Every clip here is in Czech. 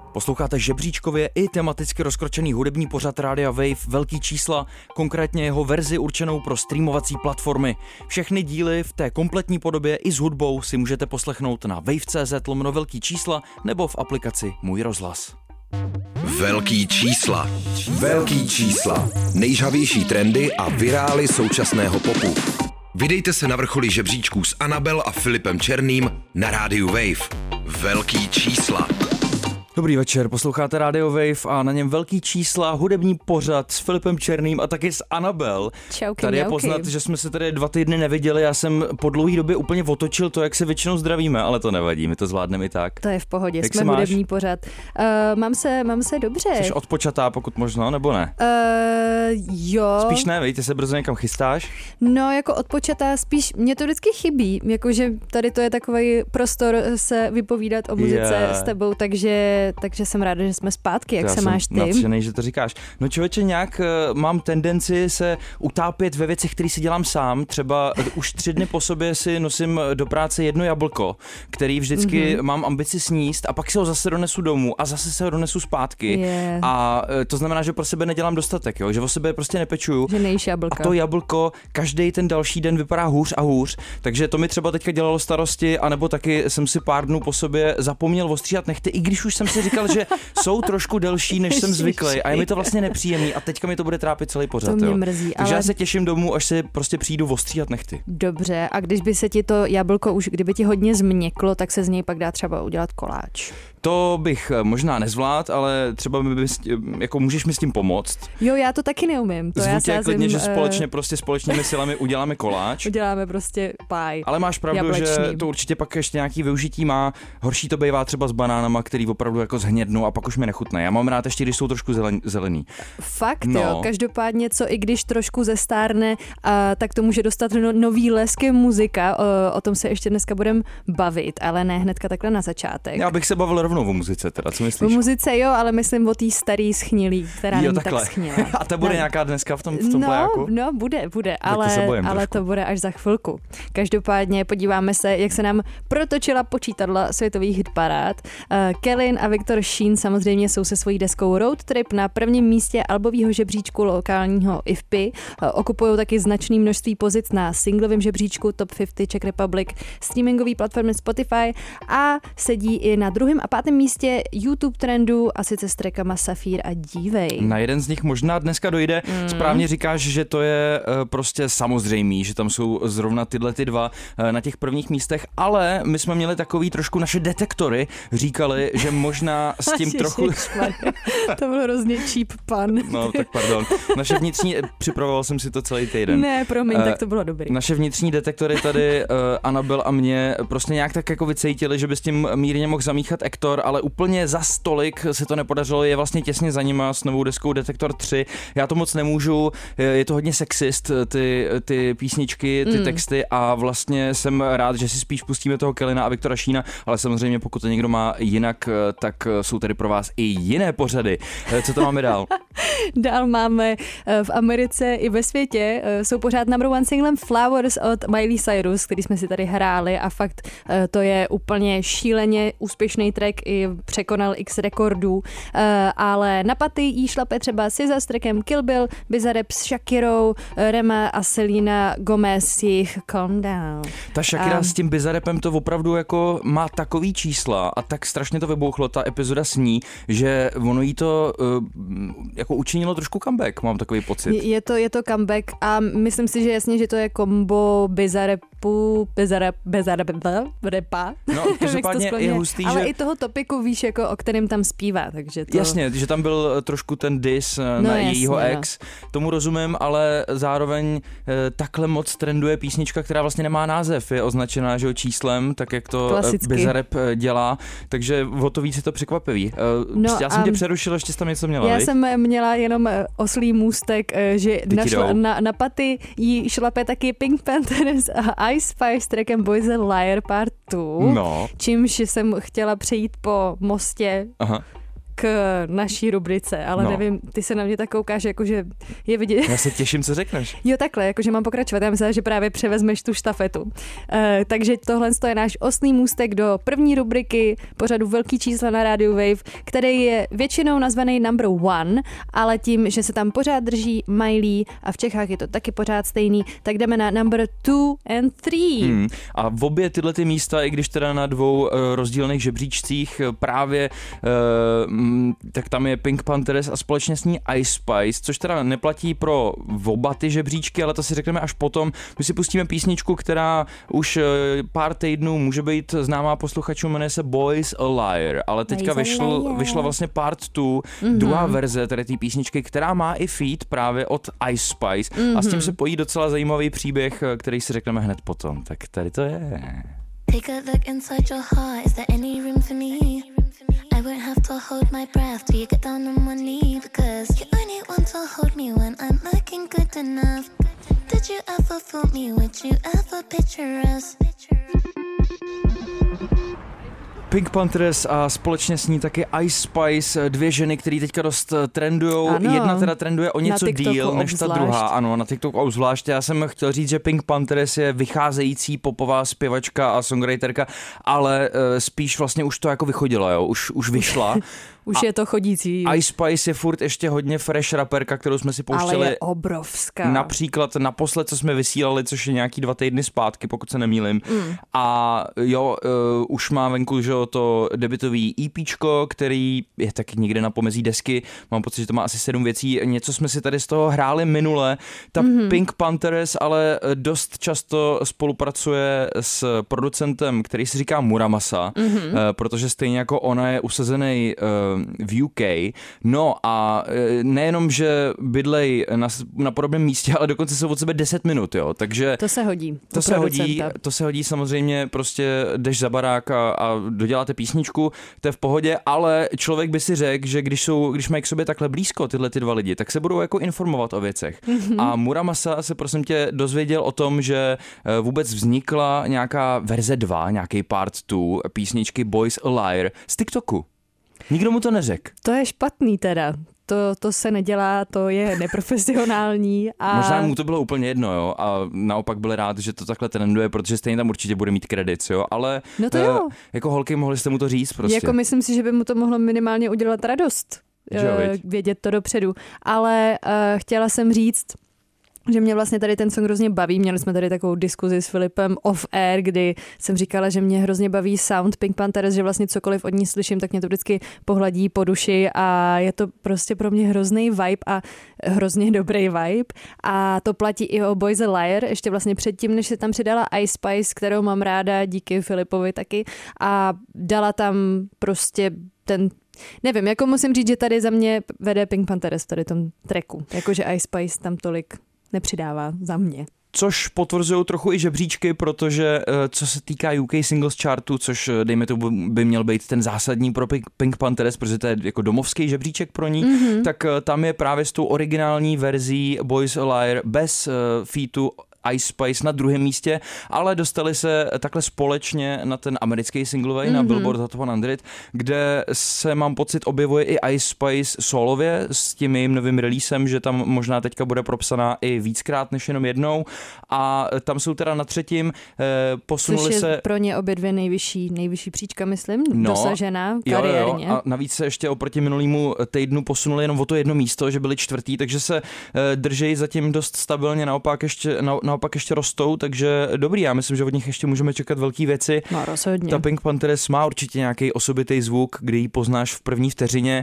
Posloucháte žebříčkově i tematicky rozkročený hudební pořad Rádia Wave Velký čísla, konkrétně jeho verzi určenou pro streamovací platformy. Všechny díly v té kompletní podobě i s hudbou si můžete poslechnout na wave.cz/velký čísla nebo v aplikaci Můj rozhlas. Velký čísla. Velký čísla. Nejžhavější trendy a virály současného popu. Vydejte se na vrcholy žebříčků s Anabel a Filipem Černým na rádiu Wave. Velký čísla. Dobrý večer, posloucháte Radio Wave a na něm Velký čísla, hudební pořad s Filipem Černým a taky s Anabel. Čauky, tady je poznat, že jsme se tady 2 týdny neviděli, já jsem po dlouhé době úplně otočil to, jak se většinou zdravíme, ale to nevadí, my to zvládneme i tak. To je v pohodě, jak jsme hudební pořad. Mám se dobře. Jsi odpočatá, pokud možno, nebo ne? Jo. Spíš ne, víte, se brzo někam chystáš? No, jako odpočatá, spíš mě to vždycky chybí, jakože tady to je takový prostor se vypovídat o muzice s tebou, takže jsem ráda, že jsme zpátky, jak se máš ty. Já jsem nadšenej, že to říkáš. No člověče, nějak mám tendenci se utápět ve věcech, které si dělám sám, třeba už 3 dny po sobě si nosím do práce jedno jablko, který vždycky mám ambici sníst a pak si ho zase donesu domů a zase se ho donesu zpátky. A to znamená, že pro sebe nedělám dostatek, jo? Že o sebe prostě nepečuju. Že nejíš jablka. A to jablko každý ten další den vypadá hůř a hůř, takže to mi třeba teďka dělalo starosti, anebo taky jsem si pár dnů po sobě zapomněl ostříhat nechty, i když už jsem si říkal, že jsou trošku delší, než jsem zvyklý a je mi to vlastně nepříjemný a teďka mi to bude trápit celý pořad. To mě mrzí. Takže já se těším domů, až si prostě přijdu ostříhat nechty. Dobře, a když by se ti to jablko už, kdyby ti hodně změklo, tak se z něj pak dá třeba udělat koláč. To bych možná nezvlád, ale třeba jako můžeš mi s tím pomoct. Jo, já to taky neumím. To já sázím, klidně, že společnými silami uděláme koláč. Uděláme prostě páj. Ale máš pravdu, jablečný. Že to určitě pak ještě nějaký využití má. Horší to bývá třeba s banánama, který opravdu jako zhnědnou a pak už mi nechutné. Já mám rád ještě, když jsou trošku zelený. Fakt jo, každopádně co i když trošku zestárne, tak to může dostat nový lesky muzika. O tom se ještě dneska budeme bavit, ale ne hnedka takhle na začátek. Já bych se bavil rovnou o muzice teda, co myslíš? O muzice jo, ale myslím o té starý schnilý, která není tak schnilá. A ta bude nějaká dneska v tom plejáku? No, bude, ale to bude až za chvilku. Každopádně podíváme se, jak se nám protočila počítadla světových hitparád. Kellyn a Viktor Sheen samozřejmě jsou se svojí deskou Road Trip na prvním místě albového žebříčku lokálního IFPI. Okupují taky značné množství pozic na singlovém žebříčku Top 50 Czech Republic, streamingový platformy Spotify a sedí i na 2. a 5. místě YouTube trendu a sice s trackama Safír a Dívej. Na jeden z nich možná dneska dojde. Správně říkáš, že to je prostě samozřejmý, že tam jsou zrovna tyhle ty 2 na těch prvních místech, ale my jsme měli takový trošku naše detektory, říkali, že možná s tím trochu... To bylo hrozně cheap pan. No, tak pardon. Naše vnitřní, připravoval jsem si to celý týden. Ne, promiň, tak to bylo dobrý. Naše vnitřní detektory tady, Anabel a mě, prostě nějak tak jako vycítili, že by s tím mírně mohl zamíchat Ektor, ale úplně za stolik se to nepodařilo, je vlastně těsně za nima s novou deskou Detektor 3. Já to moc nemůžu, je to hodně sexist, ty písničky, ty texty a vlastně jsem rád, že si spíš pustíme toho Kellyna a Viktora Sheena, ale samozřejmě pokud to někdo má jinak, tak jsou tady pro vás i jiné pořady. Co to máme dál? Dál máme v Americe i ve světě, jsou pořád number 1 singlem Flowers od Miley Cyrus, který jsme si tady hráli a fakt to je úplně šíleně úspěšný track, i překonal x rekordů, ale na paty jí šlape třeba SZA s trackem Kill Bill, Bizarrap s Shakirou, Rema a Selena Gomez s jejich Calm Down. Ta Shakira s tím Bizarrapem to opravdu jako má takový čísla a tak strašně to vybouchlo, ta epizoda s ní, že ono jí to jako učinilo trošku comeback, mám takový pocit. Je to comeback a myslím si, že jasně, že to je kombo Bizarrapa. No, každopádně je hustý, ale že... i toho topiku víš, jako o kterém tam zpívá, takže to... Jasně, že tam byl trošku ten diss na jejího ex, tomu rozumím, ale zároveň takhle moc trenduje písnička, která vlastně nemá název, je označená, že číslem, tak jak to Bizarrap dělá, takže o to víc je to překvapivý. Já jsem tě přerušil, ještě jsi tam něco měla, Já jsem měla jenom oslý můstek, že na paty jí šlape taky Pink Panthers a Ice Spice s trackem Boys and Liar Part 2, čímž jsem chtěla přejít po mostě k naší rubrice, ale nevím, ty se na mě tak koukáš, jakože je vidět. Já se těším, co řekneš. Jo, takhle, jakože mám pokračovat. Já myslím, že právě převezmeš tu štafetu. Takže tohle je náš osmý můstek do první rubriky pořadu Velký čísla na rádiu Wave, který je většinou nazvaný number one, ale tím, že se tam pořád drží Miley a v Čechách je to taky pořád stejný, tak jdeme na number 2 and 3. A v obě tyhle ty místa, i když teda na dvou rozdílných žebříčcích právě, tak tam je Pink Panthers a společně s ní Ice Spice, což teda neplatí pro oba ty žebříčky, ale to si řekneme až potom. My si pustíme písničku, která už pár týdnů může být známá posluchačům, jmenuje se Boys a Liar, ale teďka vyšla vlastně part 2, druhá verze tady té písničky, která má i feat právě od Ice Spice a s tím se pojí docela zajímavý příběh, který si řekneme hned potom. Tak tady to je. Take a look inside your heart, is there any room for me? I won't have to hold my breath till you get down on one knee, because you only want to hold me when I'm looking good enough. Did you ever fool me? Would you ever picture us? Pink Panthers a společně s ní taky Ice Spice, dvě ženy, které teďka dost trendujou. Ano, jedna teda trenduje o něco díl než ta druhá. Ano, na TikToku obzvlášť. Já jsem chtěl říct, že Pink Panthers je vycházející popová zpěvačka a songwriterka, ale spíš vlastně už to jako vychodila, jo? Už vyšla. Už je to chodící. Ice Spice je furt ještě hodně fresh raperka, kterou jsme si pouštěli. Ale je obrovská. Například naposled, co jsme vysílali, což je nějaký 2 týdny zpátky, pokud se nemýlim. A jo, už má venku, že to debutový EPčko, který je taky někde na pomezí desky. Mám pocit, že to má asi 7 věcí. Něco jsme si tady z toho hráli minule. Ta Pink Panthers ale dost často spolupracuje s producentem, který se říká Muramasa, protože stejně jako ona je usazený v UK. No a nejenom, že bydlej na podobném místě, ale dokonce jsou od sebe 10 minut, jo. Takže to se hodí. To se hodí samozřejmě, prostě jdeš za barák a doděláte písničku, to je v pohodě, ale člověk by si řekl, že když mají k sobě takhle blízko tyhle ty dva lidi, tak se budou jako informovat o věcech. A Muramasa se prosím tě dozvěděl o tom, že vůbec vznikla nějaká verze 2, nějaký part 2 písničky Boys a Liar z TikToku. Nikdo mu to neřekl. To je špatný teda. To se nedělá, to je neprofesionální. A... Možná mu to bylo úplně jedno, jo, a naopak byl rád, že to takhle trenduje, protože stejně tam určitě bude mít kredit, jo, ale no to jo. Jako holky mohli jste mu to říct prostě. Jako myslím si, že by mu to mohlo minimálně udělat radost, vědět to dopředu, ale chtěla jsem říct, že mě vlastně tady ten song hrozně baví. Měli jsme tady takovou diskuzi s Filipem off-air, kdy jsem říkala, že mě hrozně baví sound Pink Panthers, že vlastně cokoliv od ní slyším, tak mě to vždycky pohladí po duši a je to prostě pro mě hrozný vibe a hrozně dobrý vibe. A to platí i o Boys a Liar, ještě vlastně předtím, než se tam přidala Ice Spice, kterou mám ráda, díky Filipovi taky, a dala tam prostě ten... Nevím, jako musím říct, že tady za mě vede Pink Panthers tady tom tracku, jakože Ice Spice tam tolik nepřidává za mě. Což potvrzují trochu i žebříčky, protože co se týká UK Singles Chartu, což dejme tomu by měl být ten zásadní pro Pink Panthers, protože to je jako domovský žebříček pro ní, tak tam je právě s tou originální verzí Boys a Liar bez featu Ice Spice na druhém místě, ale dostali se takhle společně na ten americký singlový, na Billboard Hot 100, kde se, mám pocit, objevuje i Ice Spice solově s tím jejím novým releasem, že tam možná teďka bude propsaná i víckrát než jenom jednou, a tam jsou teda na třetím, posunuli se... Což je pro ně obě dvě nejvyšší příčka, myslím, dosažená kariérně. Jo. A navíc se ještě oproti minulýmu týdnu posunuli jenom o to jedno místo, že byli čtvrtý, takže se držejí zatím dost stabilně, naopak ještě rostou, takže dobrý, já myslím, že od nich ještě můžeme čekat velké věci. No, rozhodně. Ta Pink Panthers má určitě nějaký osobitý zvuk, kdy ji poznáš v první vteřině,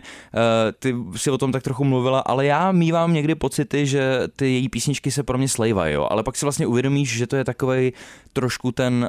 ty si o tom tak trochu mluvila, ale já mívám někdy pocity, že ty její písničky se pro mě slejvají, jo, ale pak si vlastně uvědomíš, že to je takovej trošku ten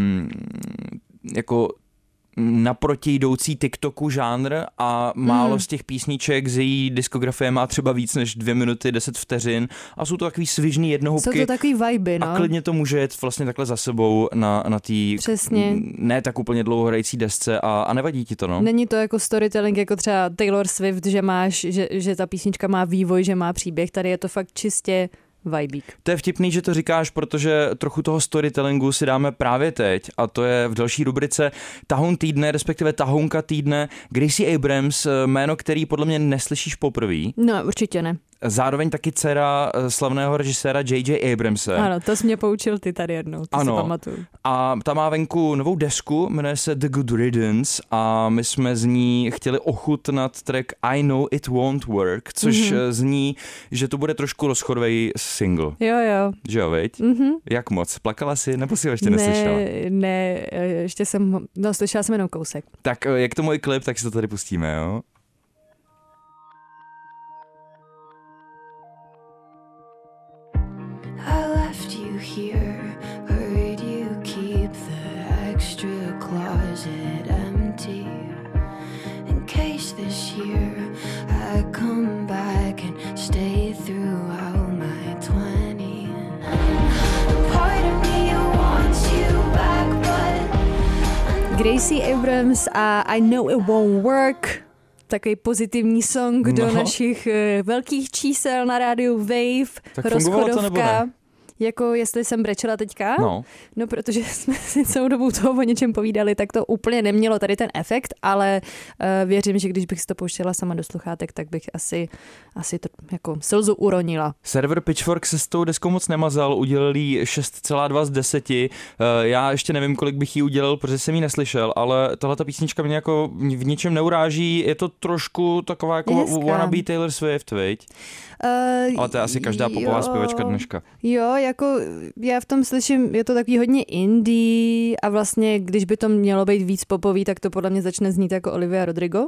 jako naproti jdoucí TikToku žánr a málo z těch písniček z její diskografie má třeba víc než 2 minuty 10 vteřin a jsou to takový svižný jednohubky. Jsou to takový vibe, no. A klidně to může jet vlastně takhle za sebou na té ne tak úplně dlouhohrající desce a nevadí ti to, no. Není to jako storytelling, jako třeba Taylor Swift, že máš, že ta písnička má vývoj, že má příběh, tady je to fakt čistě vibík. To je vtipný, že to říkáš, protože trochu toho storytellingu si dáme právě teď a to je v další rubrice Tahoun týdne, respektive Tahounka týdne. Gracie Abrams, jméno, který podle mě neslyšíš poprvé. No, určitě ne. Zároveň taky dcera slavného režiséra J.J. Abramse. Ano, to jsi mě poučil ty tady jednou, to si pamatuju. A ta má venku novou desku, jmenuje se The Good Riddance a my jsme z ní chtěli ochutnat track I Know It Won't Work, což zní, že to bude trošku rozchodový single. Jo. Že jo, viď? Jak moc? Plakala jsi, nebo si ho ještě neslyšela? Ne, ještě slyšela jsem jenom kousek. Tak jak to můj klip, tak si to tady pustíme, jo? Gracie Abrams a I Know It Won't Work. Takový pozitivní song do našich velkých čísel na rádiu Wave. Tak fungovalo to nebo ne? Jako jestli jsem brečela teďka? No, protože jsme si celou dobu toho o něčem povídali, tak to úplně nemělo tady ten efekt, ale věřím, že když bych si to pouštěla sama do sluchátek, tak bych asi to jako slzu uronila. Server Pitchfork se s tou deskou moc nemazal, udělal jí 6,2 z 10. Já ještě nevím, kolik bych jí udělal, protože jsem ji neslyšel, ale tahleta písnička mě jako v ničem neuráží, je to trošku taková jako wannabe Taylor Swift, viď? Ale to je asi každá popová zpěvačka dneška. Jo, jako já v tom slyším, je to takový hodně indie a vlastně, když by to mělo být víc popový, tak to podle mě začne znít jako Olivia Rodrigo.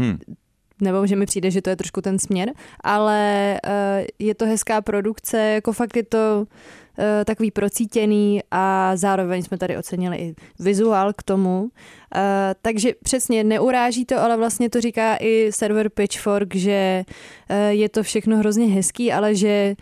Nebo že mi přijde, že to je trošku ten směr, ale je to hezká produkce, jako fakt je to takový procítěný a zároveň jsme tady ocenili i vizuál k tomu. Takže přesně neuráží to, ale vlastně to říká i server Pitchfork, že je to všechno hrozně hezký, ale že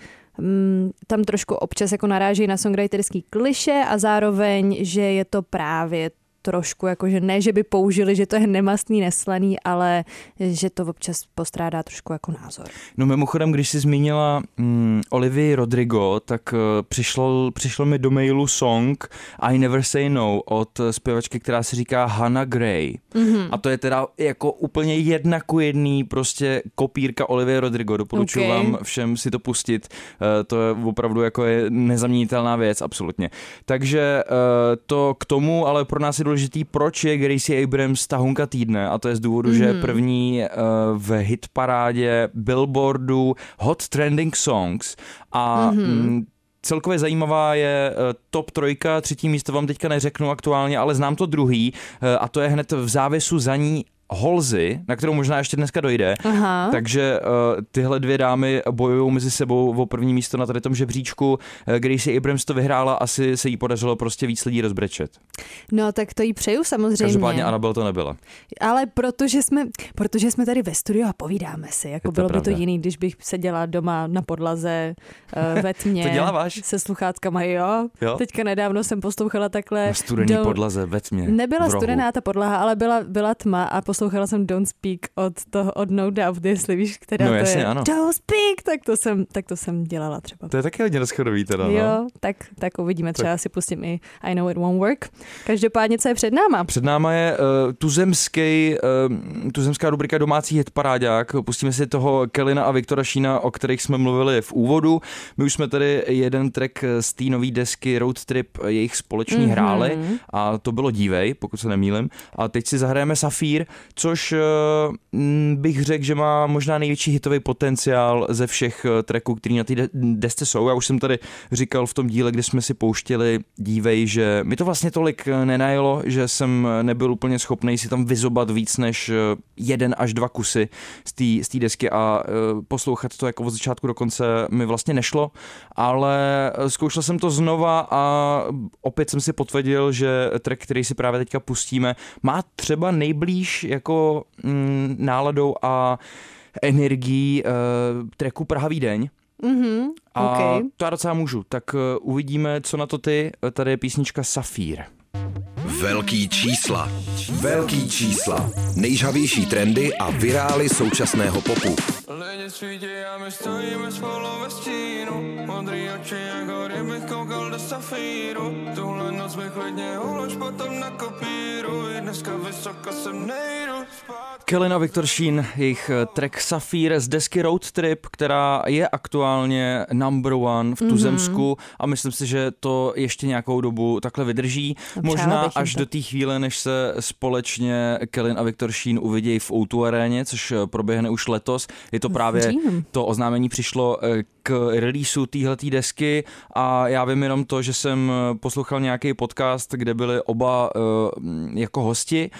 tam trošku občas jako naráží na songwriterský klišé a zároveň, že je to právě trošku, jakože ne, že by použili, že to je nemastný, neslaný, ale že to občas postrádá trošku jako názor. No mimochodem, když jsi zmínila Olivii Rodrigo, tak přišlo mi do mailu song I Never Say No od zpěvačky, která se říká Hannah Gray. A to je teda jako úplně 1:1 prostě kopírka Olivie Rodrigo. Doporučuji vám všem si to pustit. To je opravdu jako je nezaměnitelná věc, absolutně. Takže to k tomu, ale pro nás je důležitý, proč je Gracie Abrams tahounka týdne, a to je z důvodu, že první v hitparádě Billboardu Hot Trending Songs a celkově zajímavá je top 3, 3. místo vám teďka neřeknu aktuálně, ale znám to druhý a to je hned v závěsu za ní Halsey, na kterou možná ještě dneska dojde. Aha. Takže tyhle dvě dámy bojují mezi sebou o první místo na tady tom žebříčku. Gracie Abrams to vyhrála, asi se jí podařilo prostě víc lidí rozbrečet. No tak to jí přeju samozřejmě. Každopádně Annabelle to nebyla. Ale protože jsme tady ve studiu a povídáme si, jako bylo by to jiný, když bych seděla doma na podlaze ve tmě. To děláváš? Se sluchátkama, jo. Teďka nedávno jsem poslouchala takhle. Na studený podlaze ve tmě. Nebyla studená ta podlaha, ale byla tma a poslouchala jsem Don't Speak od No Doubt, jestli víš, která no, to jasně, je. Ano. Don't Speak, tak to jsem dělala třeba. To je taky hodně rozchodový teda, no. Jo, tak uvidíme, třeba si pustím i I Know It Won't Work. Každopádně, co je před náma? Před náma je tuzemská rubrika Domácí hitparáďák. Pustíme si toho Kellina a Viktora Sheena, o kterých jsme mluvili v úvodu. My už jsme tady jeden track z té nové desky Road Trip jejich společný hráli a to bylo Dívej, pokud se nemýlim. A teď si zahrajeme Safír, což bych řekl, že má možná největší hitový potenciál ze všech tracků, který na té desce jsou. Já už jsem tady říkal v tom díle, kdy jsme si pouštěli Dívej, že mi to vlastně tolik nenajelo, že jsem nebyl úplně schopný si tam vyzobat víc než 1 až 2 kusy z té desky a poslouchat to jako od začátku do konce mi vlastně nešlo, ale zkoušel jsem to znova a opět jsem si potvrdil, že track, který si právě teďka pustíme, má třeba nejblíž jako náladou a energií tracku Praha Vídeň. A to já docela můžu, tak uvidíme, co na to ty. Tady je písnička Safír. Velký čísla. Velký čísla. Nejžhavější trendy a virály současného popu. tady svítí a my stojíme spolu ve stínu. Modrý oči jako kdybych koukal do safíru. Tuhle noc mi klidně ulož potom na kopíru. I dneska vysoko sem nejdu spát. Kellyn a Viktor Sheen, jejich track Safír z desky Road Trip, která je aktuálně number one v tuzemsku a myslím si, že to ještě nějakou dobu takhle vydrží. Možná až do té chvíle, než se společně Kellyn a Viktor Sheen uvidějí v O2 aréně, což proběhne už letos. Je to právě, to oznámení přišlo k releaseu téhletý desky a já vím jenom to, že jsem poslouchal nějaký podcast, kde byli oba jako hosti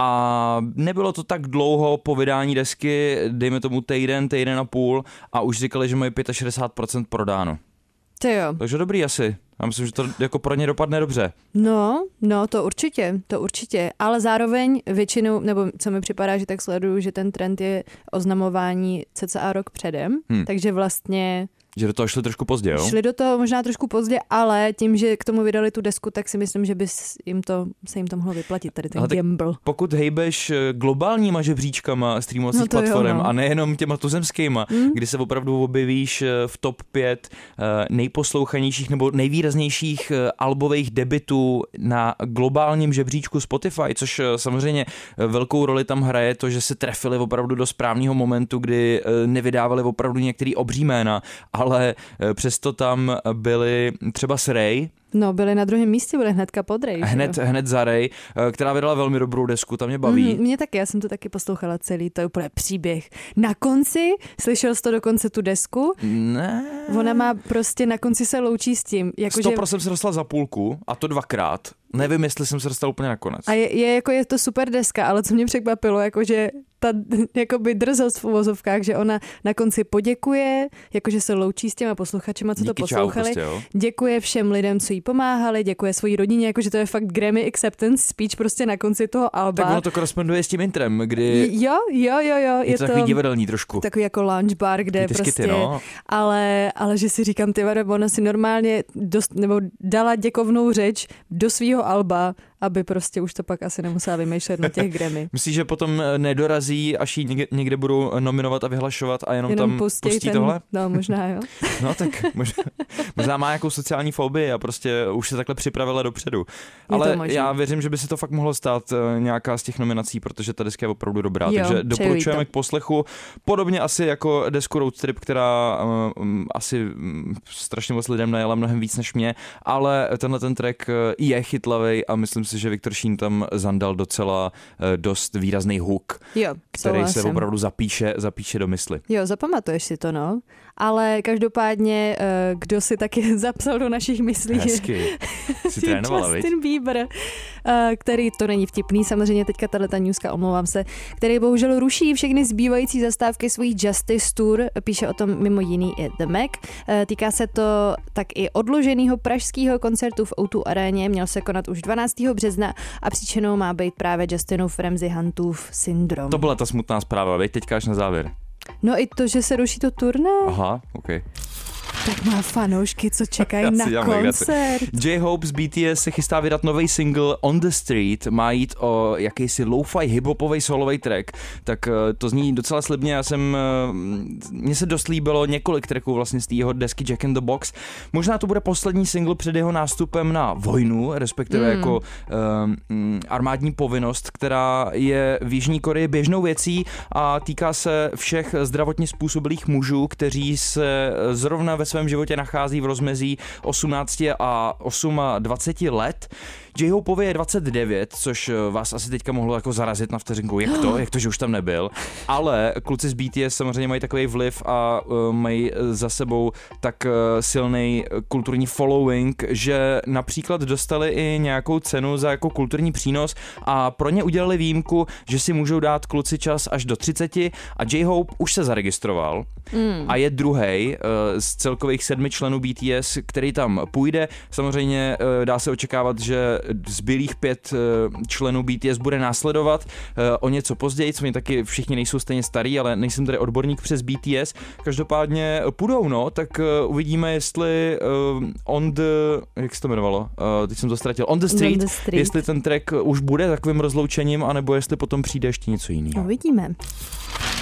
a nebylo to tak dlouho po vydání desky, dejme tomu týden a půl a už říkali, že mají 65% prodáno. To jo. Takže dobrý asi. Já myslím, že to jako pro ně dopadne dobře. No, to určitě. Ale zároveň většinou, nebo co mi připadá, že tak sleduju, že ten trend je oznamování cca rok předem, takže vlastně... Že do toho šli trošku pozdě, jo? Šli do toho možná trošku pozdě, ale tím, že k tomu vydali tu desku, tak si myslím, že by se jim to mohlo vyplatit, tady ten gamble. Pokud hejbeš globálníma žebříčkama streamovacích platform a nejenom těma tuzemskýma, kdy se opravdu objevíš v top 5 nejposlouchanějších nebo nejvýraznějších albových debitů na globálním žebříčku Spotify, což samozřejmě velkou roli tam hraje to, že se trefili opravdu do správného momentu, kdy nevydávali opravdu některý obří jména, ale přesto tam byli třeba s Ray. No, byli na druhém místě, byli hnedka pod Ray. Hned za Ray, která vydala velmi dobrou desku, tam mě baví. Mě taky, já jsem to taky poslouchala celý, to je úplně příběh. Na konci, slyšel jsi to dokonce tu desku? Ne. Ona má prostě, na konci se loučí s tím. 100% jsem se dostala za půlku a to 2krát. Nevím, jestli jsem se dostal úplně nakonec. A je to super deska, ale co mě překvapilo, jakože ta jakoby drzost v uvozovkách, že ona na konci poděkuje, jakože se loučí s těma posluchačima, co díky, to poslouchali. Čau, prostě, děkuje všem lidem, co jí pomáhali, děkuje svojí rodině, jakože to je fakt Grammy acceptance speech prostě na konci toho alba. Tak ono to koresponduje s tím intrem, kdy... Jo. Je to takový divadelní trošku. Takový jako lounge bar, kde prostě... Skity, no. Ale že si říkám, ona si normálně nebo dala děkovnou řeč do svýho alba, aby prostě už to pak asi nemusela vymýšlet na těch Grammy. Myslíš, že potom nedorazí, až ji někde budou nominovat a vyhlašovat a jenom tam pustí tohle? No, možná jo. No tak možná má nějakou sociální fobii a prostě už se takhle připravila dopředu. Ale já věřím, že by se to fakt mohlo stát nějaká z těch nominací, protože ta deska je opravdu dobrá. Takže doporučujeme k poslechu. Podobně asi jako desku Road Trip, která asi strašně moc lidem najela mnohem víc než mě, ale tenhle ten track je chytlavej a myslím si, že Viktor Sheen tam zandal docela dost výrazný hook, který se opravdu zapíše do mysli. Jo, zapamatuješ si to, no. Ale každopádně, kdo si taky zapsal do našich myslí, hezky. Si trénovala, Justin Bieber, který, to není vtipný, samozřejmě teďka tato newska, omlouvám se, který bohužel ruší všechny zbývající zastávky svojí Justice Tour, píše o tom mimo jiný i The Mac. Týká se to tak i odloženého pražského koncertu v O2 aréně, měl se konat už 12. března a příčinou má být právě Justinův Ramsey Huntův syndrom. To byla ta smutná zpráva, veď teďka až na závěr. No i to, že se ruší to turné. Aha, okay. Tak má fanoušky, co čekají na koncert. J-Hope z BTS se chystá vydat nový single On the Street. Má jít o jakýsi lo-fi hip-hopový solový track. Tak to zní docela slibně. Mně se dost líbilo několik tracků vlastně z té jeho desky Jack in the Box. Možná to bude poslední single před jeho nástupem na vojnu, respektive jako armádní povinnost, která je v Jižní Koreji běžnou věcí a týká se všech zdravotně způsobilých mužů, kteří se zrovna ve svém životě nachází v rozmezí 18 a 28 let. J-Hopeovi je 29, což vás asi teďka mohlo jako zarazit na vteřinku. Jak to, že už tam nebyl. Ale kluci z BTS samozřejmě mají takový vliv a mají za sebou tak silný kulturní following, že například dostali i nějakou cenu za jako kulturní přínos a pro ně udělali výjimku, že si můžou dát kluci čas až do 30 a J-Hope už se zaregistroval a je druhej z celkových 7 členů BTS, který tam půjde. Samozřejmě dá se očekávat, že zbylých 5 členů BTS bude následovat o něco později, co mě taky všichni nejsou stejně starý, ale nejsem tady odborník přes BTS. Každopádně půjdou, no, tak uvidíme, jestli jak se to jmenovalo? Teď jsem to ztratil. On the Street, jestli ten track už bude takovým rozloučením, anebo jestli potom přijde ještě něco jiného. Uvidíme.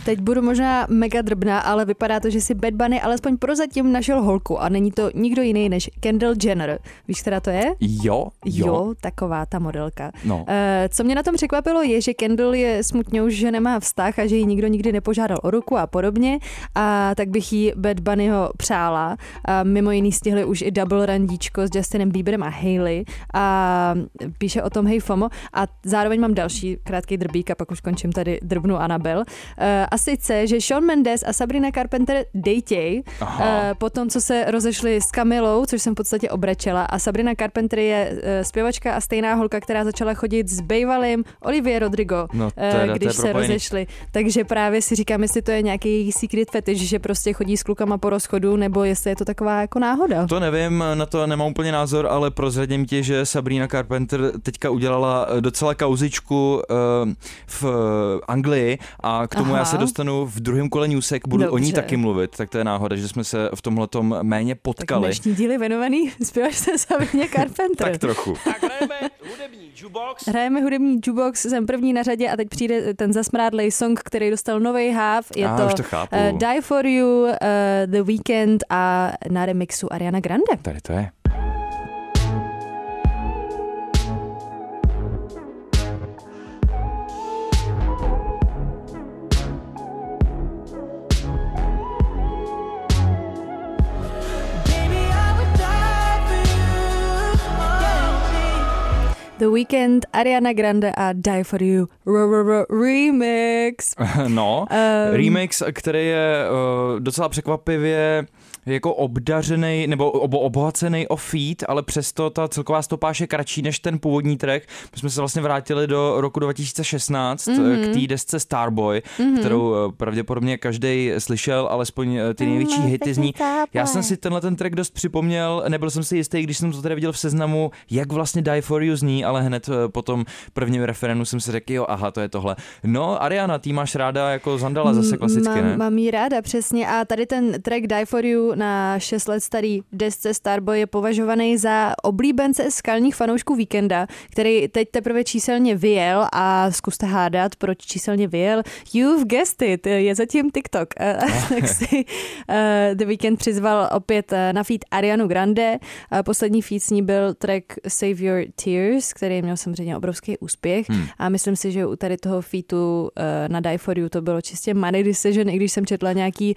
Teď budu možná mega drbná, ale vypadá to, že si Bad Bunny alespoň prozatím našel holku a není to nikdo jiný než Kendall Jenner. Víš, která to je? Jo, taková ta modelka. No. Co mě na tom překvapilo je, že Kendall je smutně už, že nemá vztah a že ji nikdo nikdy nepožádal o ruku a podobně, a tak bych jí Bad Bunnyho přála. A mimo jiný stihli už i double randíčko s Justinem Bieberem a Hailey a píše o tom Hey FOMO a zároveň mám další krátký drbík a pak už končím tady drbnu Anabel. A sice, že Shawn Mendes a Sabrina Carpenter dejtěj po tom, co se rozešli s Camilou, což jsem v podstatě obrečela, a Sabrina Carpenter je zpěvačka a stejná holka, která začala chodit s bývalým Olivier Rodrigo, když se rozešli. Takže právě si říkám, jestli to je nějaký její secret fetish, že prostě chodí s klukama po rozchodu, nebo jestli je to taková jako náhoda. To nevím, na to nemám úplně názor, ale prozradím ti, že Sabrina Carpenter teďka udělala docela kauzičku v Anglii a k tomu já se dostanu v druhém kole Newsek, budu o ní taky mluvit, tak to je náhoda, že jsme se v tomhletom méně potkali. Tak dnešní díl je věnovaný zpěvačce Sabrině Carpenter. Tak trochu. Tak Hrajeme hudební jukebox, jsem první na řadě a teď přijde ten zasmrádlej song, který dostal nový half. Je to Die For You, The Weeknd a na remixu Ariana Grande. Tady to je. The Weeknd, Ariana Grande a Die For You remix. No, remix, který je docela překvapivě jako obdařený nebo obohacený o feat, ale přesto ta celková stopáž je kratší než ten původní track. My jsme se vlastně vrátili do roku 2016 k té desce Starboy, kterou pravděpodobně každý slyšel, alespoň ty největší hity z ní. Já jsem si tenhle ten track dost připomněl, nebyl jsem si jistý, když jsem to tady viděl v seznamu, jak vlastně Die For You zní, ale hned po tom prvním referendu jsem si řekl, jo, aha, to je tohle. No, Ariana, ty máš ráda jako Zandala zase klasicky, ne? Mám jí ráda, přesně, a tady ten track Die For You na 6 let starý desce Starboy je považovaný za oblíbence skalních fanoušků Weekenda, který teď teprve číselně vyjel a zkuste hádat, proč číselně vyjel. You've guessed it, je zatím TikTok. Tak si The Weeknd přizval opět na feat Arianu Grande. Poslední feat s ní byl track Save Your Tears, který měl samozřejmě obrovský úspěch a myslím si, že u tady toho featu na Die For You to bylo čistě money decision, i když jsem četla nějaký,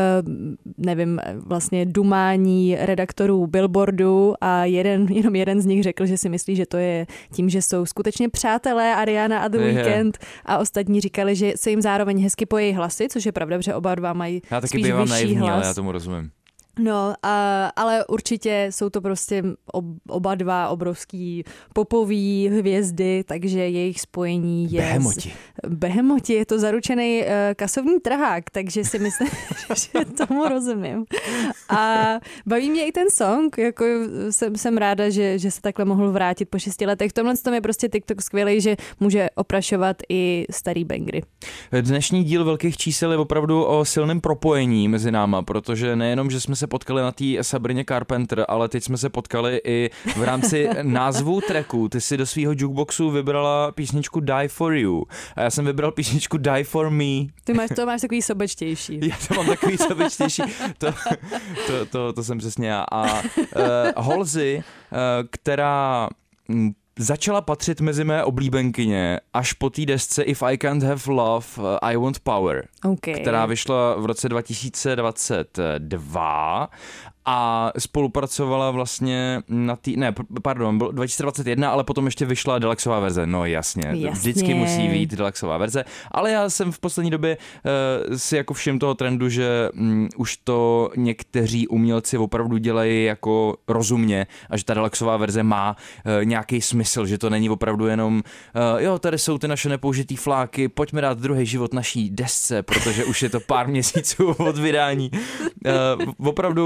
nevím, vlastně dumání redaktorů Billboardu a jenom jeden z nich řekl, že si myslí, že to je tím, že jsou skutečně přátelé Ariana a The Weeknd a ostatní říkali, že se jim zároveň hezky pojí hlasy, což je pravda, že oba dva mají spíš vyšší hlas. Já taky bývám naivní, ale já tomu rozumím. No, ale určitě jsou to prostě oba dva obrovský popový hvězdy, takže jejich spojení je... Behemoti, je to zaručený kasovní trhák, takže si myslím, že tomu rozumím. A baví mě i ten song, jako jsem ráda, že se takhle mohl vrátit po 6 letech. V tomhle tom je prostě TikTok skvělý, že může oprašovat i starý bangry. Dnešní díl Velkých čísel je opravdu o silném propojení mezi náma, protože nejenom, že jsme se potkali na té Sabrině Carpenter, ale teď jsme se potkali i v rámci názvu tracku. Ty si do svého jukeboxu vybrala písničku Die For You a já jsem vybral písničku Die For Me. To máš takový sobečtější. Já to mám takový sobečtější. To jsem přesně já. A Halsey, která začala patřit mezi mé oblíbenkyně až po té desce If I Can't Have Love, I Want Power, která vyšla v roce 2022 a spolupracovala vlastně na byl 2021, ale potom ještě vyšla deluxová verze. No jasně. Vždycky musí vyjít deluxová verze, ale já jsem v poslední době si jako všim toho trendu, že už to někteří umělci opravdu dělají jako rozumně a že ta deluxová verze má nějaký smysl, že to není opravdu jenom tady jsou ty naše nepoužitý fláky, pojďme dát druhý život naší desce, protože už je to pár měsíců od vydání. Opravdu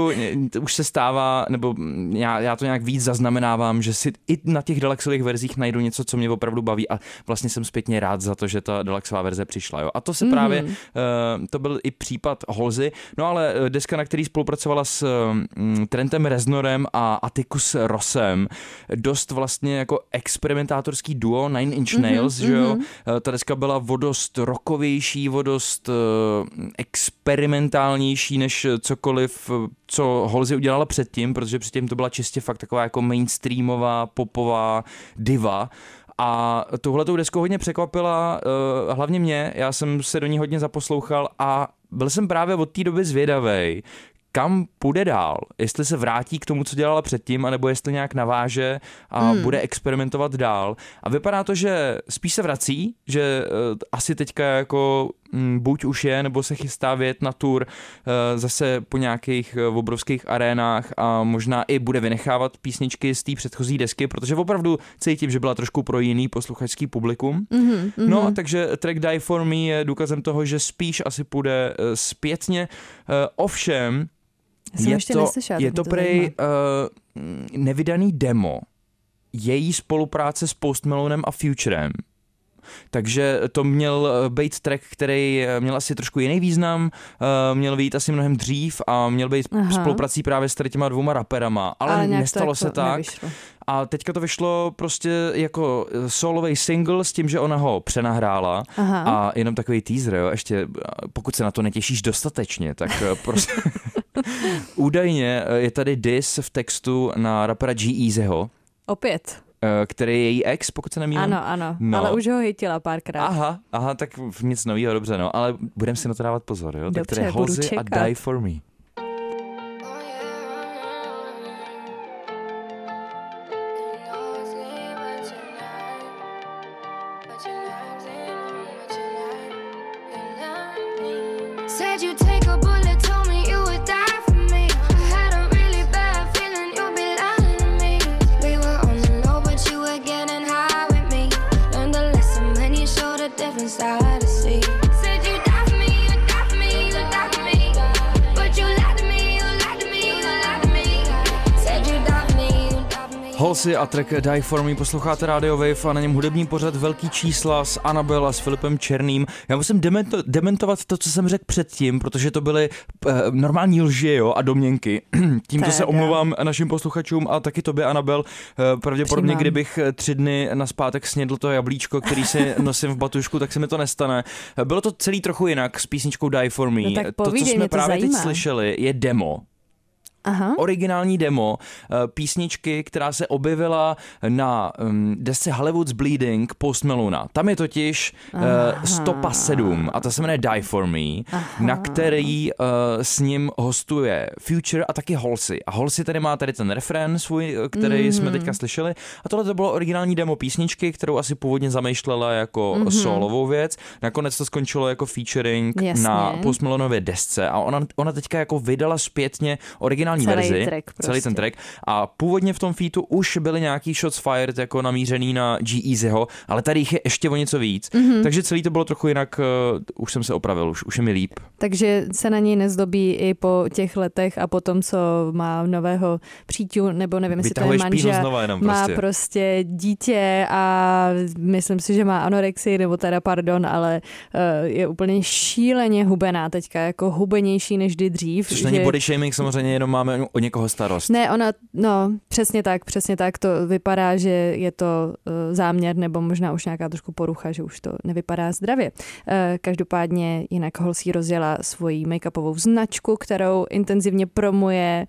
už se stává, nebo já to nějak víc zaznamenávám, že si i na těch deluxových verzích najdu něco, co mě opravdu baví a vlastně jsem zpětně rád za to, že ta deluxová verze přišla. Jo? A to se právě, to byl i případ Halsey, no ale deska, na který spolupracovala s Trentem Reznorem a Atticus Rossem, dost vlastně jako experimentátorský duo Nine Inch Nails, že jo? Ta deska byla o dost rockovější, o dost experimentálnější než cokoliv, co Halsey udělala předtím, protože předtím to byla čistě fakt taková jako mainstreamová, popová diva. A tuhletou desku hodně překvapila hlavně mě, já jsem se do ní hodně zaposlouchal a byl jsem právě od té doby zvědavej, kam půjde dál, jestli se vrátí k tomu, co dělala předtím, anebo jestli nějak naváže a bude experimentovat dál. A vypadá to, že spíš se vrací, že asi teďka jako buď už je, nebo se chystá vyjet na tour zase po nějakých obrovských arénách a možná i bude vynechávat písničky z té předchozí desky, protože opravdu cítím, že byla trošku pro jiný posluchačský publikum. No a takže track Die For Me je důkazem toho, že spíš asi půjde zpětně. Ovšem, je to prej nevydaný demo její spolupráce s Post Malonem a Futurem. Takže to měl být track, který měl asi trošku jiný význam, měl být asi mnohem dřív a měl být spoluprací právě s těma dvouma raperama, ale nestalo se tak. Nevyšlo. A teďka to vyšlo prostě jako solový single s tím, že ona ho přenahrála. A jenom takový teaser, jo, ještě pokud se na to netěšíš dostatečně, tak prostě údajně je tady diss v textu na rapera G-Eazyho. Opět. Který je její ex, pokud se nemýlím. Ano, no. Ale už ho hitila párkrát. Aha, tak nic novýho, dobře, no, ale budeme si na to dávat pozor, jo? Dobře, tak tady Halsey a Die For Me. Halsey a track Die For Me, posloucháte Radio Wave a na něm hudební pořad Velký čísla s Anabel a s Filipem Černým. Já musím dementovat to, co jsem řekl předtím, protože to byly normální lži, jo, a domněnky. Tímto se omlouvám našim posluchačům a taky tobě, Anabel. Pravděpodobně, kdybych 3 dny nazpátek snědl to jablíčko, který si nosím v batušku, tak se mi to nestane. Bylo to celý trochu jinak s písničkou Die For Me. No tak to, co jsme právě teď slyšeli, je demo. Originální demo písničky, která se objevila na desce Hollywood's Bleeding Post Malona. Tam je totiž Stopa 7 a to se jmenuje Die For Me, na který s ním hostuje Future a taky Halsey. A Halsey tady má tady ten refrén svůj, který jsme teďka slyšeli. A tohle to bylo originální demo písničky, kterou asi původně zamýšlela jako solovou věc. Nakonec to skončilo jako featuring na Post Malonově desce a ona teďka jako vydala zpětně originální verzi, celý ten track. A původně v tom featu už byly nějaký shots fired jako namířený na G-Eazyho, ale tady jich je ještě o něco víc. Takže celý to bylo trochu jinak, už jsem se opravil, už je mi líp. Takže se na něj nezdobí i po těch letech a po tom, co má nového příťu, nebo nevím, jestli to je manžel, má prostě dítě a myslím si, že má anorexii, nebo teda pardon, ale je úplně šíleně hubená teďka, jako hubenější než kdy dřív. Což není body shaming, samozřejmě jenom máme o někoho starost. Ne, přesně tak to vypadá, že je to záměr nebo možná už nějaká trošku porucha, že už to nevypadá zdravě. Každopádně jinak Halsey rozjela svoji make-upovou značku, kterou intenzivně promuje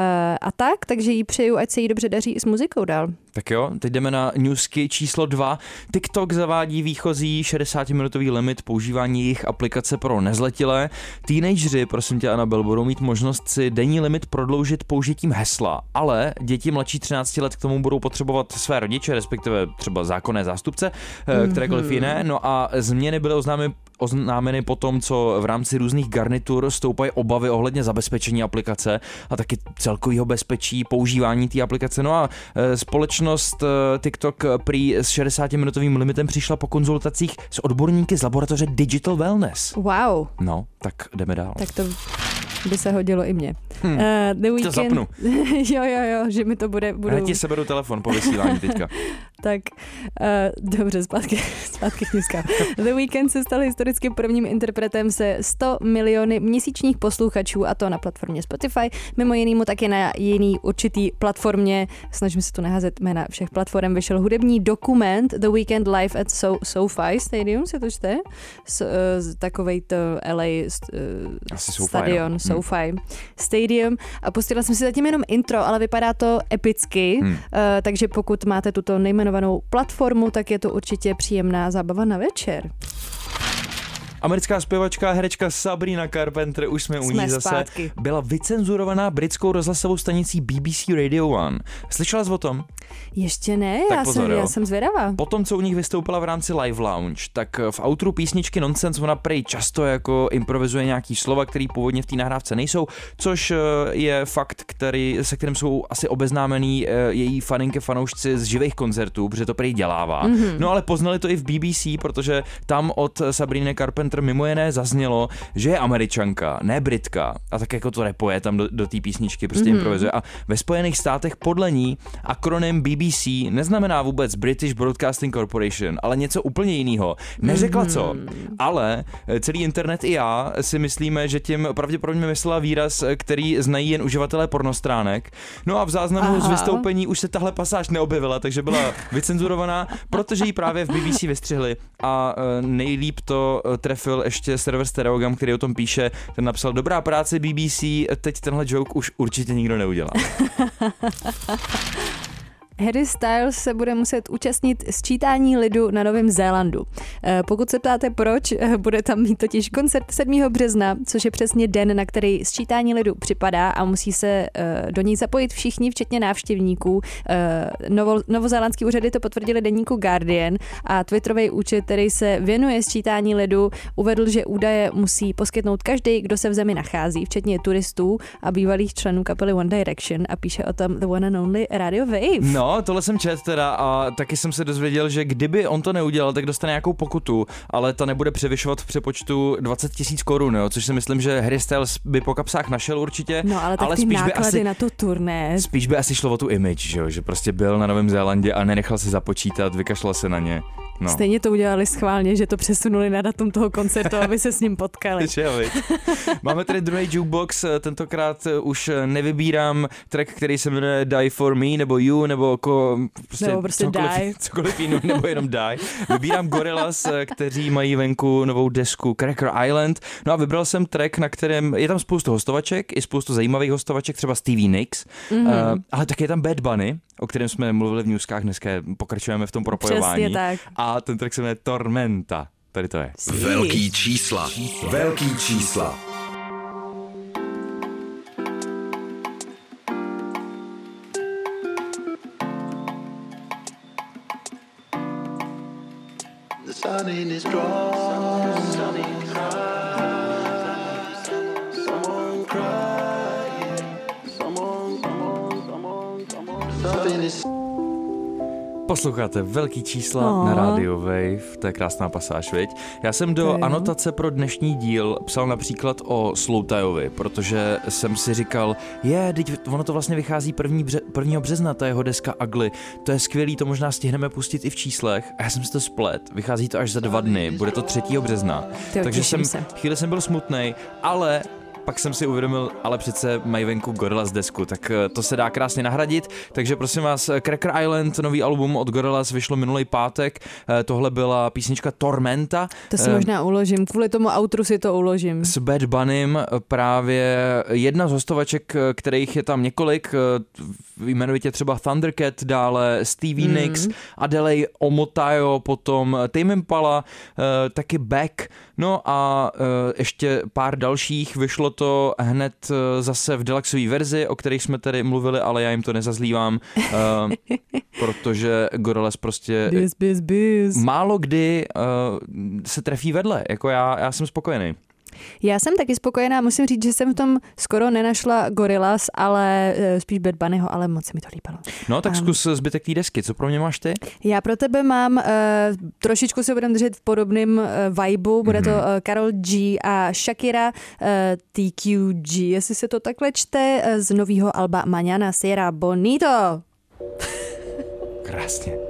a takže jí přeju, ať se jí dobře daří i s muzikou dál. Tak jo, teď jdeme na newsky číslo 2. TikTok zavádí výchozí 60-minutový limit používání jejich aplikace pro nezletilé. Teenageři, prosím tě, Anabel, budou mít možnost si denní limit prodloužit použitím hesla, ale děti mladší 13 let k tomu budou potřebovat své rodiče, respektive třeba zákonné zástupce, kterékoliv jiné. No a změny byly oznámeny po tom, co v rámci různých garnitur stoupají obavy ohledně zabezpečení aplikace a taky celkového bezpečí používání té aplikace. No a společnost TikTok prý s 60-minutovým limitem přišla po konzultacích s odborníky z laboratoře Digital Wellness. Wow. No, tak jdeme dál. Tak to by se hodilo i mně. The Weeknd... To zapnu. jo, že mi to bude... Já ti seberu telefon po vysílání teďka. Tak, dobře, zpátky k dneska. The Weeknd se stal historicky prvním interpretem se 100 miliony měsíčních posluchačů, a to na platformě Spotify. Mimo jinému taky na jiný určitý platformě, snažím se tu neházet jména všech platform, vyšel hudební dokument The Weeknd Live at SoFi Stadium, se to čte? Takovej to LA stadion, SoFi Stadium. A pustila jsem si zatím jenom intro, ale vypadá to epicky, takže pokud máte tuto nejmenovanou platformu, tak je to určitě příjemná zábava na večer. Americká zpěvačka a herečka Sabrina Carpenter, už jsme u ní zase, zpátky. Byla vycenzurovaná britskou rozhlasovou stanicí BBC Radio 1. Slyšela jsi o tom? Ještě ne, tak já jsem zvědavá. Potom, co u nich vystoupila v rámci Live Lounge, tak v outru písničky Nonsense ona prej často jako improvizuje nějaký slova, který původně v té nahrávce nejsou, což je fakt, se kterým jsou asi obeznámený její fanoušci z živých koncertů, protože to prej dělává. No ale poznali to i v BBC, protože tam od Sabriny Carpenter mimo jiné zaznělo, že je Američanka, ne Britka, a tak jako to rapuje tam do té písničky, prostě improvizuje. A ve Spojených státech podle ní akronym BBC neznamená vůbec British Broadcasting Corporation, ale něco úplně jiného. Neřekla co, ale celý internet i já si myslíme, že tím pravděpodobně myslela výraz, který znají jen uživatelé pornostránek. No a v záznamu z vystoupení už se tahle pasáž neobjevila, takže byla vycenzurovaná, protože ji právě v BBC vystřihli a nejlíp to trefil ještě server Stereogam, který o tom píše, ten napsal: dobrá práce BBC, teď tenhle joke už určitě nikdo neudělá. Harry Styles se bude muset účastnit sčítání lidu na Novém Zélandu. Pokud se ptáte proč, bude tam mít totiž koncert 7. března, což je přesně den, na který sčítání lidu připadá a musí se do něj zapojit všichni, včetně návštěvníků. Novozélandský úřady to potvrdili deníku Guardian a twitterový účet, který se věnuje sčítání lidu, uvedl, že údaje musí poskytnout každý, kdo se v zemi nachází, včetně turistů a bývalých členů kapely One Direction, a píše o tom The One and Only Radio Wave. No, tohle jsem čet teda a taky jsem se dozvěděl, že kdyby on to neudělal, tak dostane nějakou pokutu, ale ta nebude převyšovat v přepočtu 20 000 korun, jo, což si myslím, že Harry Styles by po kapsách našel určitě. No, ale tak ty náklady na to turné. Spíš by asi šlo o tu image, že prostě byl na Novém Zélandě a nenechal si započítat, vykašlal se na ně. No. Stejně to udělali schválně, že to přesunuli na datum toho koncertu, aby se s ním potkali. Máme tady druhý jukebox, tentokrát už nevybírám track, který se jmenuje Die For Me, nebo You, nebo prostě cokoliv jiného, nebo jenom Die. Vybírám Gorillaz, kteří mají venku novou desku Cracker Island. No a vybral jsem track, na kterém je tam spoustu hostovaček, i spoustu zajímavých hostovaček, třeba Stevie Nicks, ale taky je tam Bad Bunny, o kterém jsme mluvili v newskách, dneska pokračujeme v tom propojování. Přesně tak. A ten track se jmenuje Tormenta. Tady to je. Velký čísla. Velký čísla. The sun in his drawers, someone crying, someone, something is... Posloucháte Velký čísla na Radio Wave, to je krásná pasáž, viď? Já jsem do anotace pro dnešní díl psal například o Slowthaiyovi, protože jsem si říkal, ono to vlastně vychází 1. března, ta jeho deska Ugly, to je skvělý, to možná stihneme pustit i v číslech, a já jsem si to splet, vychází to až za 2 dny, bude to 3. března, takže chvíli jsem byl smutnej, ale pak jsem si uvědomil, ale přece mají venku Gorillaz desku, tak to se dá krásně nahradit, takže prosím vás, Cracker Island, nový album od Gorillaz, vyšlo minulý pátek, tohle byla písnička Tormenta. To si možná uložím, kvůli tomu outru si to uložím. S Bad Bunnym, právě jedna z hostovaček, kterých je tam několik, jmenovitě třeba Thundercat, dále Stevie Nicks, Adele Omotayo, potom Tame Impala, taky Beck, no a ještě pár dalších, vyšlo to hned zase v deluxové verzi, o kterých jsme tady mluvili, ale já jim to nezazlívám, protože Gorillaz prostě málo kdy se trefí vedle, jako já jsem spokojený. Já jsem taky spokojená, musím říct, že jsem v tom skoro nenašla Gorillaz, ale spíš Bad Bunnyho, ale moc se mi to líbilo. No tak zkus zbytek té desky, co pro mě máš ty? Já pro tebe mám, trošičku se budeme držet v podobném vibu, bude to Karol G a Shakira TQG, jestli se to takhle čte, z nového alba Mañana Será Bonito. Krásně.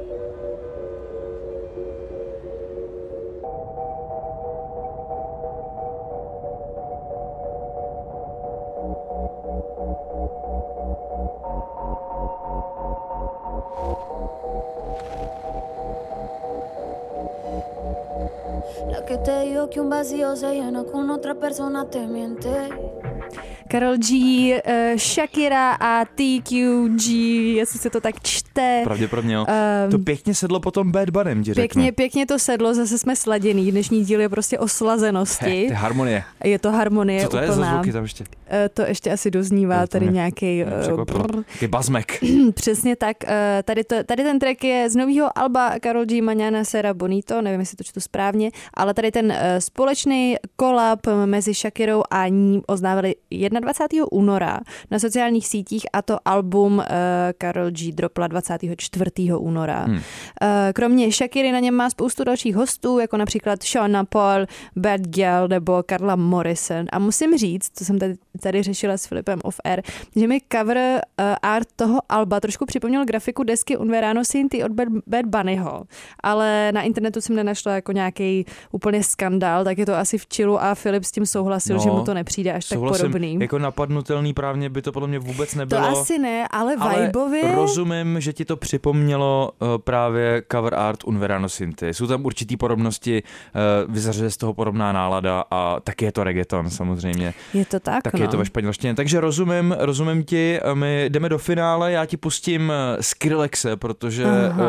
La que te dijo que un vacío se llena con otra persona te miente. Karol G, Shakira a TQG, jestli se to tak čte. Pravděpodobně jo. To pěkně sedlo potom Bad Bunnym, ti řeknu. Pěkně to sedlo, zase jsme sladěný. Dnešní díl je prostě o slazenosti. To je harmonie. Je to harmonie úplná. Co to je za zvuky tam ještě? To ještě asi doznívá tady nějaký bazmek. Přesně tak. Tady ten track je z nového alba Karol G Mañana Será Bonito, nevím, jestli to čtu správně, ale tady ten společný kolab mezi Shakirou a ní oznámili 21. února na sociálních sítích a to album Karol G dropla 24. února. Kromě Shakiry na něm má spoustu dalších hostů, jako například Sean Paul, Bad Gyal nebo Carla Morrison. A musím říct, co jsem tady řešila s Filipem off air, že mi cover art toho alba trošku připomněl grafiku desky Un Verano Sin Ti od Bad Bunnyho, ale na internetu jsem nenašla jako nějaký úplně skandál, tak je to asi v chillu a Filip s tím souhlasil, že mu to nepřijde až tak podobný. Jako napadnutelný právně by to podle mě vůbec nebylo. To asi ne, ale vibově. Rozumím, že ti to připomnělo právě cover art Un Verano Sin Ti. Jsou tam určitý podobnosti, vyzařuje z toho podobná nálada a taky je to reggaeton samozřejmě. Je to tak, taky je to ve španělštině. Takže rozumím ti, my jdeme do finále, já ti pustím Skrillexe, protože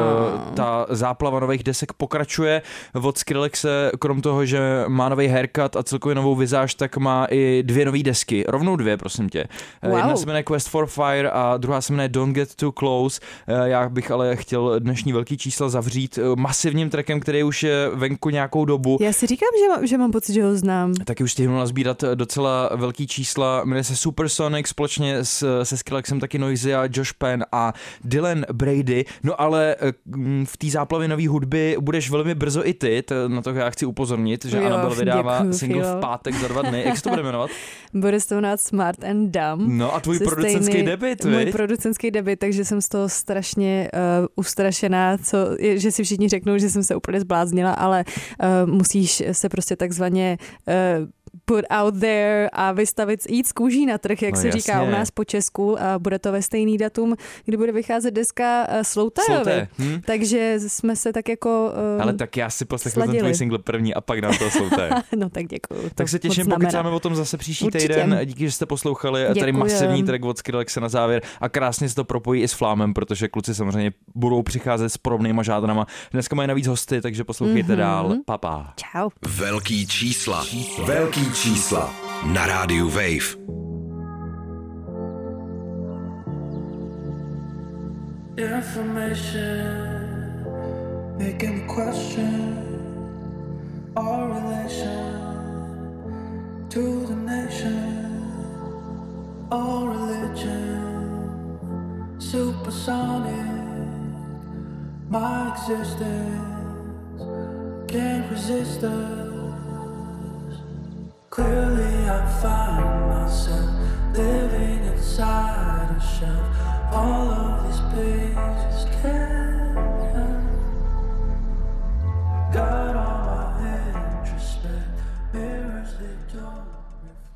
ta záplava nových desek pokračuje. Od Skrillexe, krom toho, že má nový haircut a celkově novou vizáž, tak má i 2 nové desky. Rovnou 2, prosím tě. Wow. Jedna se jmenuje Quest for Fire a druhá se jmenuje Don't Get Too Close. Já bych ale chtěl dnešní velký čísla zavřít masivním trackem, který už je venku nějakou dobu. Já si říkám, že mám pocit, že ho znám. Taky už stihnul nazbírat docela velký čísla. Jmenuje se Supersonic, společně se Skrillexem taky Noisia, Josh Penn a Dylan Brady. No ale v té záplavě nový hudby budeš velmi brzo i ty. Na to já chci upozornit, že Anabel vydává single v pátek za 2 dny. Jak se to bude jmenovat? Bude se to jmenovat Smart and Dumb. No a tvůj producentský debut, Můj producentský debut, takže jsem z toho strašně ustrašená, že si všichni řeknou, že jsem se úplně zbláznila, ale musíš se prostě takzvaně put out there a jít z kůží na trh, jak se říká u nás po Česku, a bude to ve stejný datum, kdy bude vycházet deska Sloutejovi. Takže jsme se tak jako ale tak já si poslechnu ten tvůj single první a pak dám toho Slouteje. No tak děkuju. Tak se těším, pokecáme o tom zase příští týden. Díky, že jste poslouchali. Děkujem. Tady masivní track od Skrillexe na závěr a krásně se to propojí i s Flámem, protože kluci samozřejmě budou přicházet s podobnýma žádnama. Dneska mají navíc hosty, takže poslouchejte dál. Pa. Čau. Velký čísla. Velký čísla na rádiu Wave. Information making me question our relation to the nation, our religion, supersonic, my existence can't resist us. Clearly I find myself living inside a shelf. All of these pages can't help. Got all my introspect mirrors, they don't reflect.